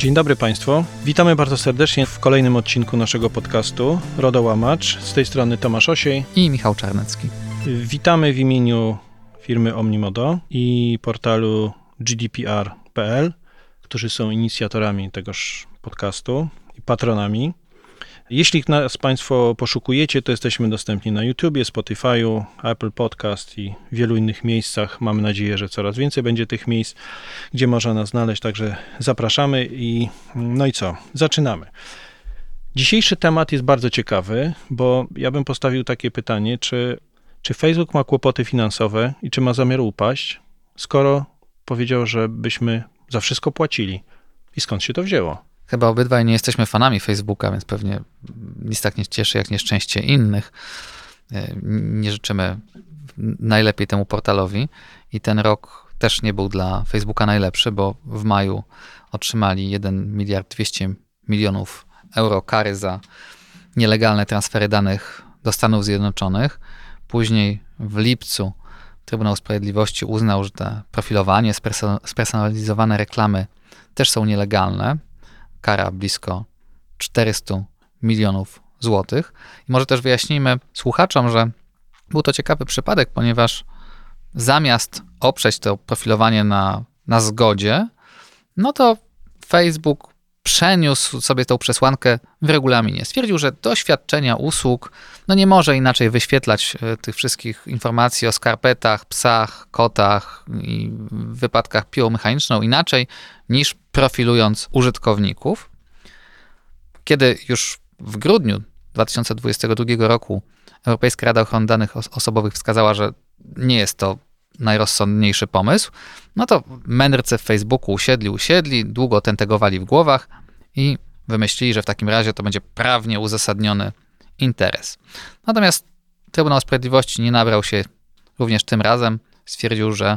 Dzień dobry Państwu. Witamy bardzo serdecznie w kolejnym odcinku naszego podcastu RODO-Łamacz. Z tej strony Tomasz Osiej i Michał Czarnecki. Witamy w imieniu firmy Omnimodo i portalu GDPR.pl, którzy są inicjatorami tegoż podcastu i patronami. Jeśli nas Państwo poszukujecie, to jesteśmy dostępni na YouTubie, Spotify'u, Apple Podcast i wielu innych miejscach. Mamy nadzieję, że coraz więcej będzie tych miejsc, gdzie można nas znaleźć, także zapraszamy no i co? Zaczynamy. Dzisiejszy temat jest bardzo ciekawy, bo ja bym postawił takie pytanie, czy Facebook ma kłopoty finansowe i czy ma zamiar upaść, skoro powiedział, że byśmy za wszystko płacili. I skąd się to wzięło? Chyba obydwaj nie jesteśmy fanami Facebooka, więc pewnie nic tak nie cieszy jak nieszczęście innych. Nie życzymy najlepiej temu portalowi i ten rok też nie był dla Facebooka najlepszy, bo w maju otrzymali 1 miliard 200 milionów euro kary za nielegalne transfery danych do Stanów Zjednoczonych. Później w lipcu Trybunał Sprawiedliwości uznał, że te profilowanie, spersonalizowane reklamy też są nielegalne. Kara blisko 400 milionów złotych. I może też wyjaśnijmy słuchaczom, że był to ciekawy przypadek, ponieważ zamiast oprzeć to profilowanie na zgodzie, no to Facebook przeniósł sobie tą przesłankę w regulaminie. Stwierdził, że do świadczenia usług nie może inaczej wyświetlać tych wszystkich informacji o skarpetach, psach, kotach i wypadkach piłą mechaniczną inaczej niż profilując użytkowników. Kiedy już w grudniu 2022 roku Europejska Rada Ochrony Danych Osobowych wskazała, że nie jest to najrozsądniejszy pomysł, no to mędrcy w Facebooku usiedli, długo tentegowali w głowach i wymyślili, że w takim razie to będzie prawnie uzasadniony interes. Natomiast Trybunał Sprawiedliwości nie nabrał się również tym razem. Stwierdził, że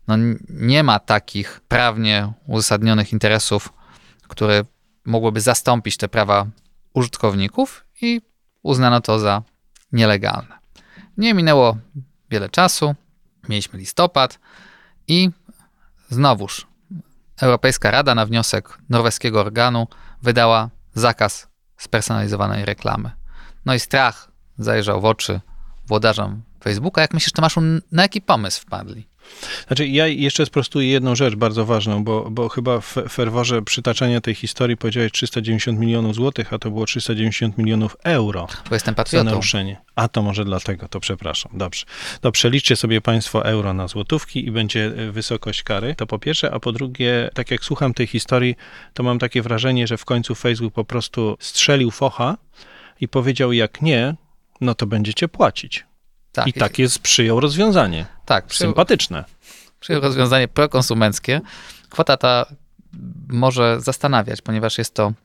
nie ma takich prawnie uzasadnionych interesów, które mogłyby zastąpić te prawa użytkowników i uznano to za nielegalne. Nie minęło wiele czasu, mieliśmy listopad i znowuż Europejska Rada na wniosek norweskiego organu wydała zakaz spersonalizowanej reklamy. No i strach zajrzał w oczy włodarzom Facebooka. Jak myślisz, Tomaszu, na jaki pomysł wpadli? Znaczy, ja jeszcze sprostuję jedną rzecz bardzo ważną, bo chyba w ferworze przytaczania tej historii powiedziałeś 390 milionów złotych, a to było 390 milionów euro. Bo jestem patriotą. Za naruszenie. A to może dlatego, to przepraszam. Dobrze. To przeliczcie sobie Państwo euro na złotówki i będzie wysokość kary. To po pierwsze, a po drugie, tak jak słucham tej historii, to mam takie wrażenie, że w końcu Facebook po prostu strzelił focha i powiedział, jak nie, no to będziecie płacić. Tak, i takie przyjął rozwiązanie. Tak, sympatyczne. Przyjął rozwiązanie prokonsumenckie. Kwota ta może zastanawiać, ponieważ jest to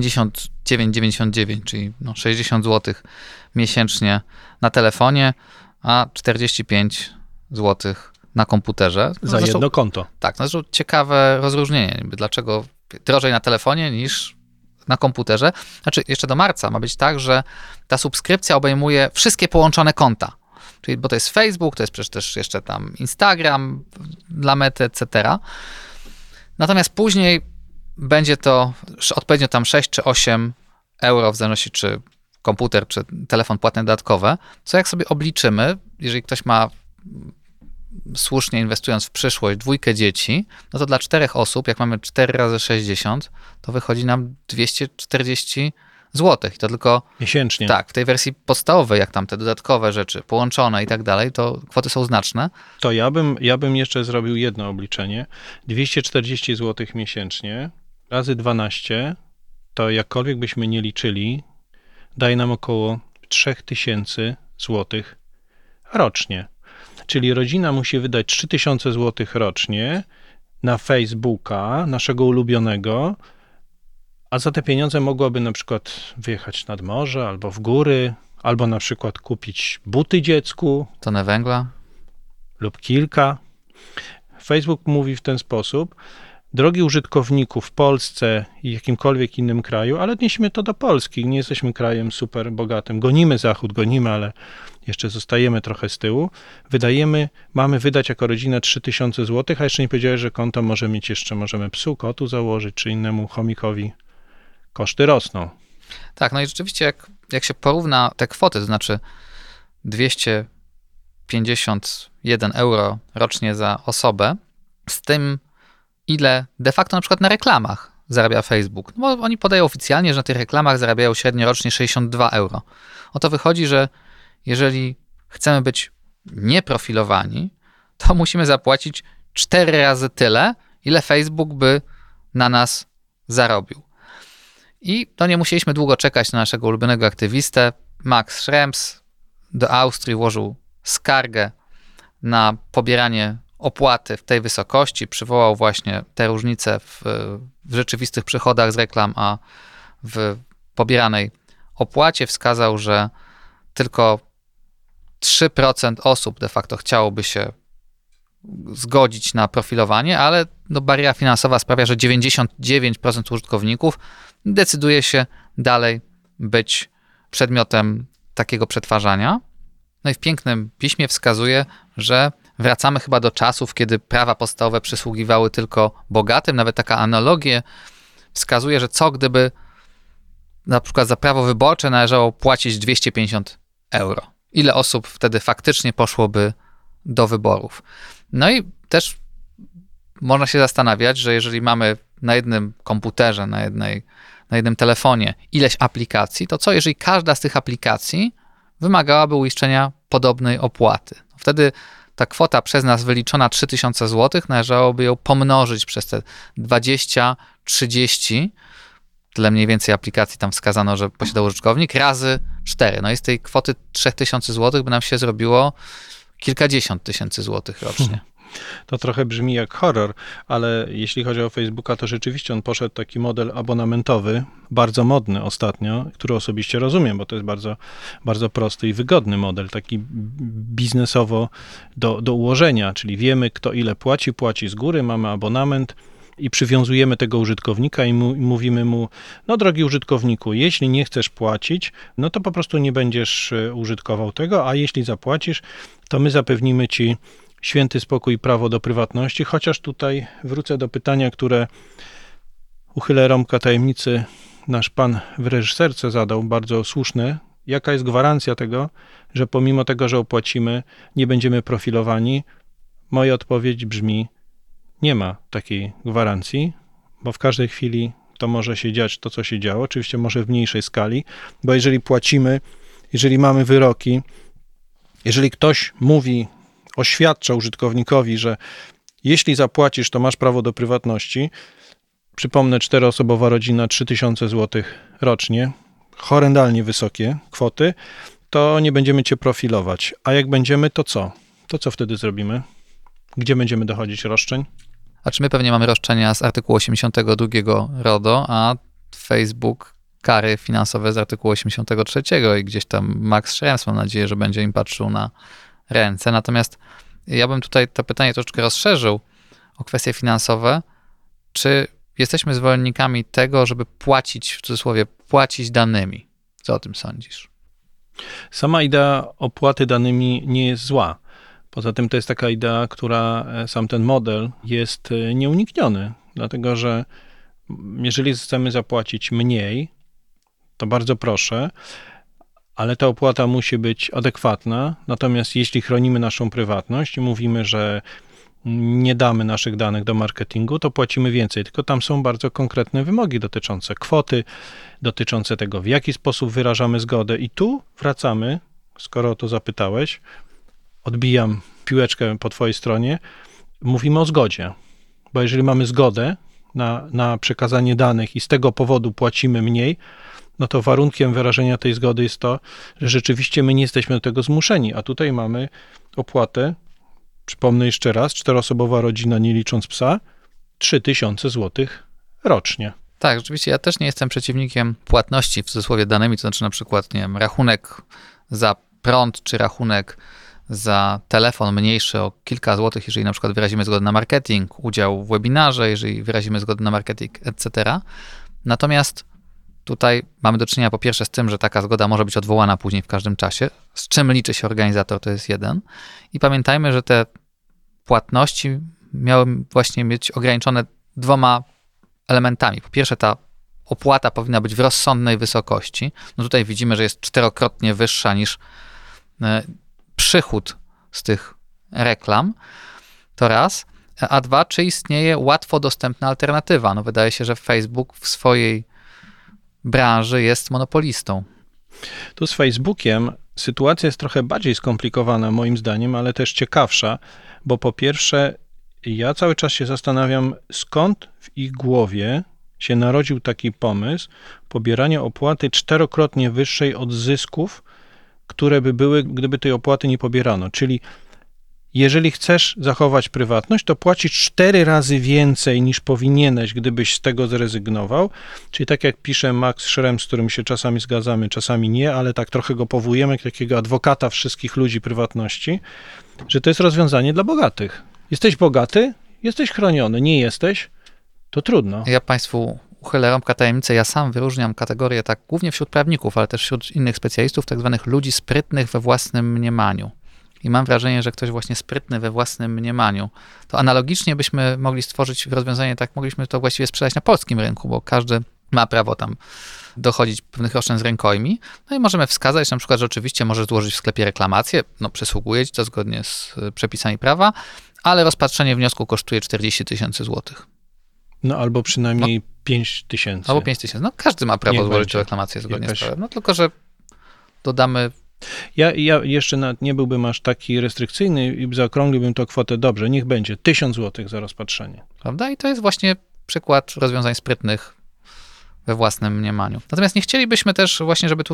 59,99, czyli 60 zł miesięcznie na telefonie, a 45 zł na komputerze. Za jedno konto. Tak, zresztą ciekawe rozróżnienie. Dlaczego drożej na telefonie niż na komputerze? Znaczy, jeszcze do marca ma być tak, że ta subskrypcja obejmuje wszystkie połączone konta. Czyli, bo to jest Facebook, to jest przecież też jeszcze tam Instagram dla Mety, etc. Natomiast później będzie to odpowiednio tam 6 czy 8 euro, w zależności czy komputer, czy telefon płatne dodatkowe, co jak sobie obliczymy, jeżeli ktoś ma słusznie inwestując w przyszłość 2 dzieci, no to dla 4 osób, jak mamy 4 razy 60, to wychodzi nam 240 złotych. I to tylko miesięcznie. Tak, w tej wersji podstawowej, jak tam te dodatkowe rzeczy połączone i tak dalej, to kwoty są znaczne. To ja bym jeszcze zrobił jedno obliczenie. 240 zł miesięcznie razy 12, to jakkolwiek byśmy nie liczyli, daje nam około 3000 złotych rocznie. Czyli rodzina musi wydać 3000 złotych rocznie na Facebooka, naszego ulubionego, a za te pieniądze mogłaby na przykład wyjechać nad morze, albo w góry, albo na przykład kupić buty dziecku. Tonę węgla. Lub kilka. Facebook mówi w ten sposób, drogi użytkowniku w Polsce i jakimkolwiek innym kraju, ale odnieśmy to do Polski. Nie jesteśmy krajem super bogatym. Gonimy Zachód, ale jeszcze zostajemy trochę z tyłu. Mamy wydać jako rodzina 3000 zł, a jeszcze nie powiedziałeś, że konto może mieć jeszcze, możemy psu, kotu założyć, czy innemu chomikowi. Koszty rosną. Tak, no i rzeczywiście jak się porówna te kwoty, to znaczy 251 euro rocznie za osobę, z tym, ile de facto na przykład na reklamach zarabia Facebook. No bo oni podają oficjalnie, że na tych reklamach zarabiają średnio rocznie 62 euro. Oto wychodzi, że jeżeli chcemy być nieprofilowani, to musimy zapłacić 4 razy tyle, ile Facebook by na nas zarobił. I to nie musieliśmy długo czekać na naszego ulubionego aktywistę. Max Schrems do Austrii włożył skargę na pobieranie opłaty w tej wysokości, przywołał właśnie te różnice w rzeczywistych przychodach z reklam, a w pobieranej opłacie wskazał, że tylko 3% osób de facto chciałoby się zgodzić na profilowanie, ale bariera finansowa sprawia, że 99% użytkowników decyduje się dalej być przedmiotem takiego przetwarzania. No i w pięknym piśmie wskazuje, że wracamy chyba do czasów, kiedy prawa podstawowe przysługiwały tylko bogatym. Nawet taka analogia wskazuje, że co gdyby na przykład za prawo wyborcze należało płacić 250 euro. Ile osób wtedy faktycznie poszłoby do wyborów? No i też można się zastanawiać, że jeżeli mamy na jednym komputerze, na jednym telefonie ileś aplikacji, to co jeżeli każda z tych aplikacji wymagałaby uiszczenia podobnej opłaty? Wtedy ta kwota przez nas wyliczona 3000 zł należałoby ją pomnożyć przez te 20, 30, tyle mniej więcej aplikacji tam wskazano, że posiadał użytkownik, razy 4. No i z tej kwoty 3000 zł by nam się zrobiło kilkadziesiąt tysięcy złotych rocznie. To trochę brzmi jak horror, ale jeśli chodzi o Facebooka, to rzeczywiście on poszedł taki model abonamentowy, bardzo modny ostatnio, który osobiście rozumiem, bo to jest bardzo, bardzo prosty i wygodny model, taki biznesowo do ułożenia, czyli wiemy, kto ile płaci z góry, mamy abonament i przywiązujemy tego użytkownika i mówimy mu, no drogi użytkowniku, jeśli nie chcesz płacić, no to po prostu nie będziesz użytkował tego, a jeśli zapłacisz, to my zapewnimy ci święty spokój i prawo do prywatności, chociaż tutaj wrócę do pytania, które uchylę rąbka tajemnicy, nasz pan w reżyserce zadał, bardzo słuszne. Jaka jest gwarancja tego, że pomimo tego, że opłacimy, nie będziemy profilowani? Moja odpowiedź brzmi, nie ma takiej gwarancji, bo w każdej chwili to może się dziać to, co się działo, oczywiście może w mniejszej skali, bo jeżeli płacimy, jeżeli mamy wyroki, jeżeli ktoś mówi, oświadcza użytkownikowi, że jeśli zapłacisz, to masz prawo do prywatności. Przypomnę, 4-osobowa rodzina, 3000 zł rocznie, horrendalnie wysokie kwoty, to nie będziemy cię profilować. A jak będziemy, to co? To co wtedy zrobimy? Gdzie będziemy dochodzić roszczeń? A czy my pewnie mamy roszczenia z artykułu 82 RODO, a Facebook kary finansowe z artykułu 83 i gdzieś tam Max Schrems, mam nadzieję, że będzie im patrzył na ręce. Natomiast ja bym tutaj to pytanie troszeczkę rozszerzył o kwestie finansowe. Czy jesteśmy zwolennikami tego, żeby płacić, w cudzysłowie, płacić danymi? Co o tym sądzisz? Sama idea opłaty danymi nie jest zła. Poza tym to jest taka idea, która sam ten model jest nieunikniony, dlatego że jeżeli chcemy zapłacić mniej, to bardzo proszę, ale ta opłata musi być adekwatna, natomiast jeśli chronimy naszą prywatność i mówimy, że nie damy naszych danych do marketingu, to płacimy więcej, tylko tam są bardzo konkretne wymogi dotyczące kwoty, dotyczące tego, w jaki sposób wyrażamy zgodę i tu wracamy, skoro o to zapytałeś, odbijam piłeczkę po twojej stronie, mówimy o zgodzie, bo jeżeli mamy zgodę na przekazanie danych i z tego powodu płacimy mniej, no to warunkiem wyrażenia tej zgody jest to, że rzeczywiście my nie jesteśmy do tego zmuszeni, a tutaj mamy opłatę, przypomnę jeszcze raz, 4-osobowa rodzina, nie licząc psa, 3000 zł rocznie. Tak, rzeczywiście ja też nie jestem przeciwnikiem płatności w cudzysłowie danymi, to znaczy na przykład, nie wiem, rachunek za prąd czy rachunek za telefon mniejszy o kilka złotych, jeżeli na przykład wyrazimy zgodę na marketing, udział w webinarze, jeżeli wyrazimy zgodę na marketing, etc. Natomiast tutaj mamy do czynienia po pierwsze z tym, że taka zgoda może być odwołana później w każdym czasie, z czym liczy się organizator, to jest jeden. I pamiętajmy, że te płatności miały właśnie być ograniczone 2 elementami. Po pierwsze, ta opłata powinna być w rozsądnej wysokości. No tutaj widzimy, że jest 4-krotnie wyższa niż przychód z tych reklam. To raz. A 2, czy istnieje łatwo dostępna alternatywa? No wydaje się, że Facebook w swojej branży jest monopolistą. Tu z Facebookiem sytuacja jest trochę bardziej skomplikowana moim zdaniem, ale też ciekawsza, bo po pierwsze ja cały czas się zastanawiam, skąd w ich głowie się narodził taki pomysł pobierania opłaty 4-krotnie wyższej od zysków, które by były, gdyby tej opłaty nie pobierano. Czyli jeżeli chcesz zachować prywatność, to płacisz 4 razy więcej niż powinieneś, gdybyś z tego zrezygnował. Czyli tak jak pisze Max Schrems, z którym się czasami zgadzamy, czasami nie, ale tak trochę go powołujemy jak takiego adwokata wszystkich ludzi prywatności, że to jest rozwiązanie dla bogatych. Jesteś bogaty, jesteś chroniony, nie jesteś, to trudno. Ja Państwu uchylę rąbka tajemnicy, ja sam wyróżniam kategorię tak głównie wśród prawników, ale też wśród innych specjalistów, tak zwanych ludzi sprytnych we własnym mniemaniu. I mam wrażenie, że ktoś właśnie sprytny we własnym mniemaniu, to analogicznie byśmy mogli stworzyć rozwiązanie, tak mogliśmy to właściwie sprzedać na polskim rynku, bo każdy ma prawo tam dochodzić pewnych roszczeń z rękojmi. No i możemy wskazać na przykład, że oczywiście możesz złożyć w sklepie reklamację, no przysługuje ci to zgodnie z przepisami prawa, ale rozpatrzenie wniosku kosztuje 40 000 złotych. No albo przynajmniej 5 000. Albo 5 000. No każdy ma prawo złożyć reklamację zgodnie z prawem. No tylko, że dodamy... Ja jeszcze nie byłbym aż taki restrykcyjny i zaokrągliłbym to kwotę dobrze. Niech będzie 1000 złotych za rozpatrzenie. Prawda? I to jest właśnie przykład rozwiązań sprytnych we własnym mniemaniu. Natomiast nie chcielibyśmy też właśnie, żeby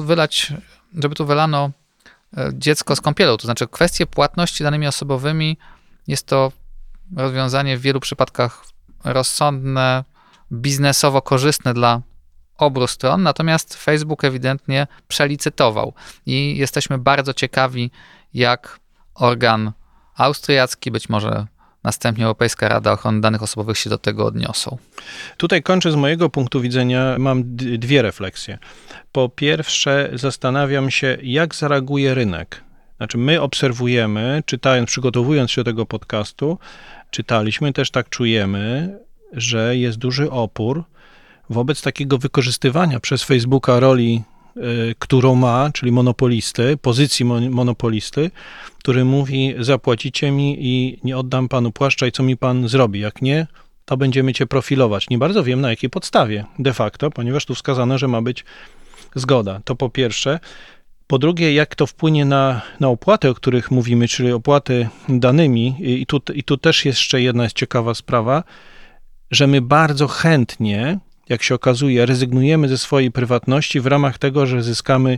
tu wylano dziecko z kąpielą. To znaczy kwestie płatności danymi osobowymi jest to rozwiązanie w wielu przypadkach rozsądne, biznesowo korzystne dla obu stron, natomiast Facebook ewidentnie przelicytował i jesteśmy bardzo ciekawi, jak organ austriacki, być może następnie Europejska Rada Ochrony Danych Osobowych się do tego odniosą. Tutaj kończę z mojego punktu widzenia, mam 2 refleksje. Po pierwsze zastanawiam się, jak zareaguje rynek. Znaczy my obserwujemy, przygotowując się do tego podcastu, czytaliśmy, też tak czujemy, że jest duży opór wobec takiego wykorzystywania przez Facebooka roli, którą ma, czyli monopolisty, pozycji monopolisty, który mówi, zapłacicie mi i nie oddam panu płaszcza i co mi pan zrobi, jak nie, to będziemy cię profilować. Nie bardzo wiem, na jakiej podstawie de facto, ponieważ tu wskazano, że ma być zgoda. To po pierwsze. Po drugie, jak to wpłynie na opłaty, o których mówimy, czyli opłaty danymi. I tu też jeszcze jedna jest ciekawa sprawa, że my bardzo chętnie, jak się okazuje, rezygnujemy ze swojej prywatności w ramach tego, że zyskamy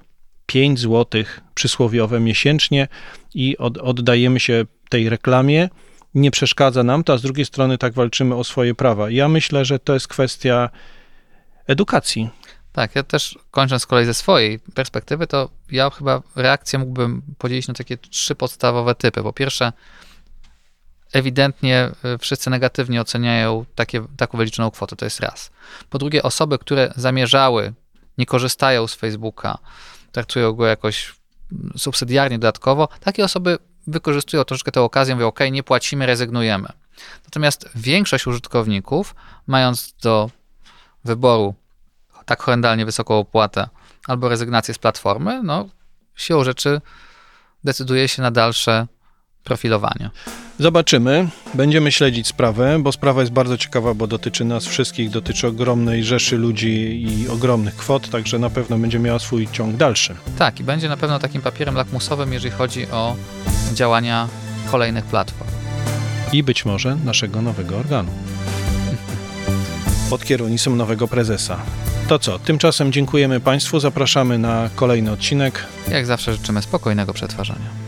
5 zł przysłowiowe miesięcznie i oddajemy się tej reklamie. Nie przeszkadza nam to, a z drugiej strony tak walczymy o swoje prawa. Ja myślę, że to jest kwestia edukacji. Tak, ja też kończąc z kolei ze swojej perspektywy, to ja chyba reakcję mógłbym podzielić na takie 3 podstawowe typy. Po pierwsze, ewidentnie wszyscy negatywnie oceniają taką wyliczoną kwotę, to jest raz. Po drugie, osoby, które zamierzały, nie korzystają z Facebooka, traktują go jakoś subsydiarnie, dodatkowo, takie osoby wykorzystują troszeczkę tę okazję, mówią, ok, nie płacimy, rezygnujemy. Natomiast większość użytkowników, mając do wyboru tak horrendalnie wysoką opłatę albo rezygnację z platformy, no siłą rzeczy decyduje się na dalsze profilowanie. Zobaczymy, będziemy śledzić sprawę, bo sprawa jest bardzo ciekawa, bo dotyczy nas wszystkich, dotyczy ogromnej rzeszy ludzi i ogromnych kwot, także na pewno będzie miała swój ciąg dalszy. Tak, i będzie na pewno takim papierem lakmusowym, jeżeli chodzi o działania kolejnych platform. I być może naszego nowego organu. Pod kierownictwem nowego prezesa. To co, tymczasem dziękujemy Państwu, zapraszamy na kolejny odcinek. Jak zawsze życzymy spokojnego przetwarzania.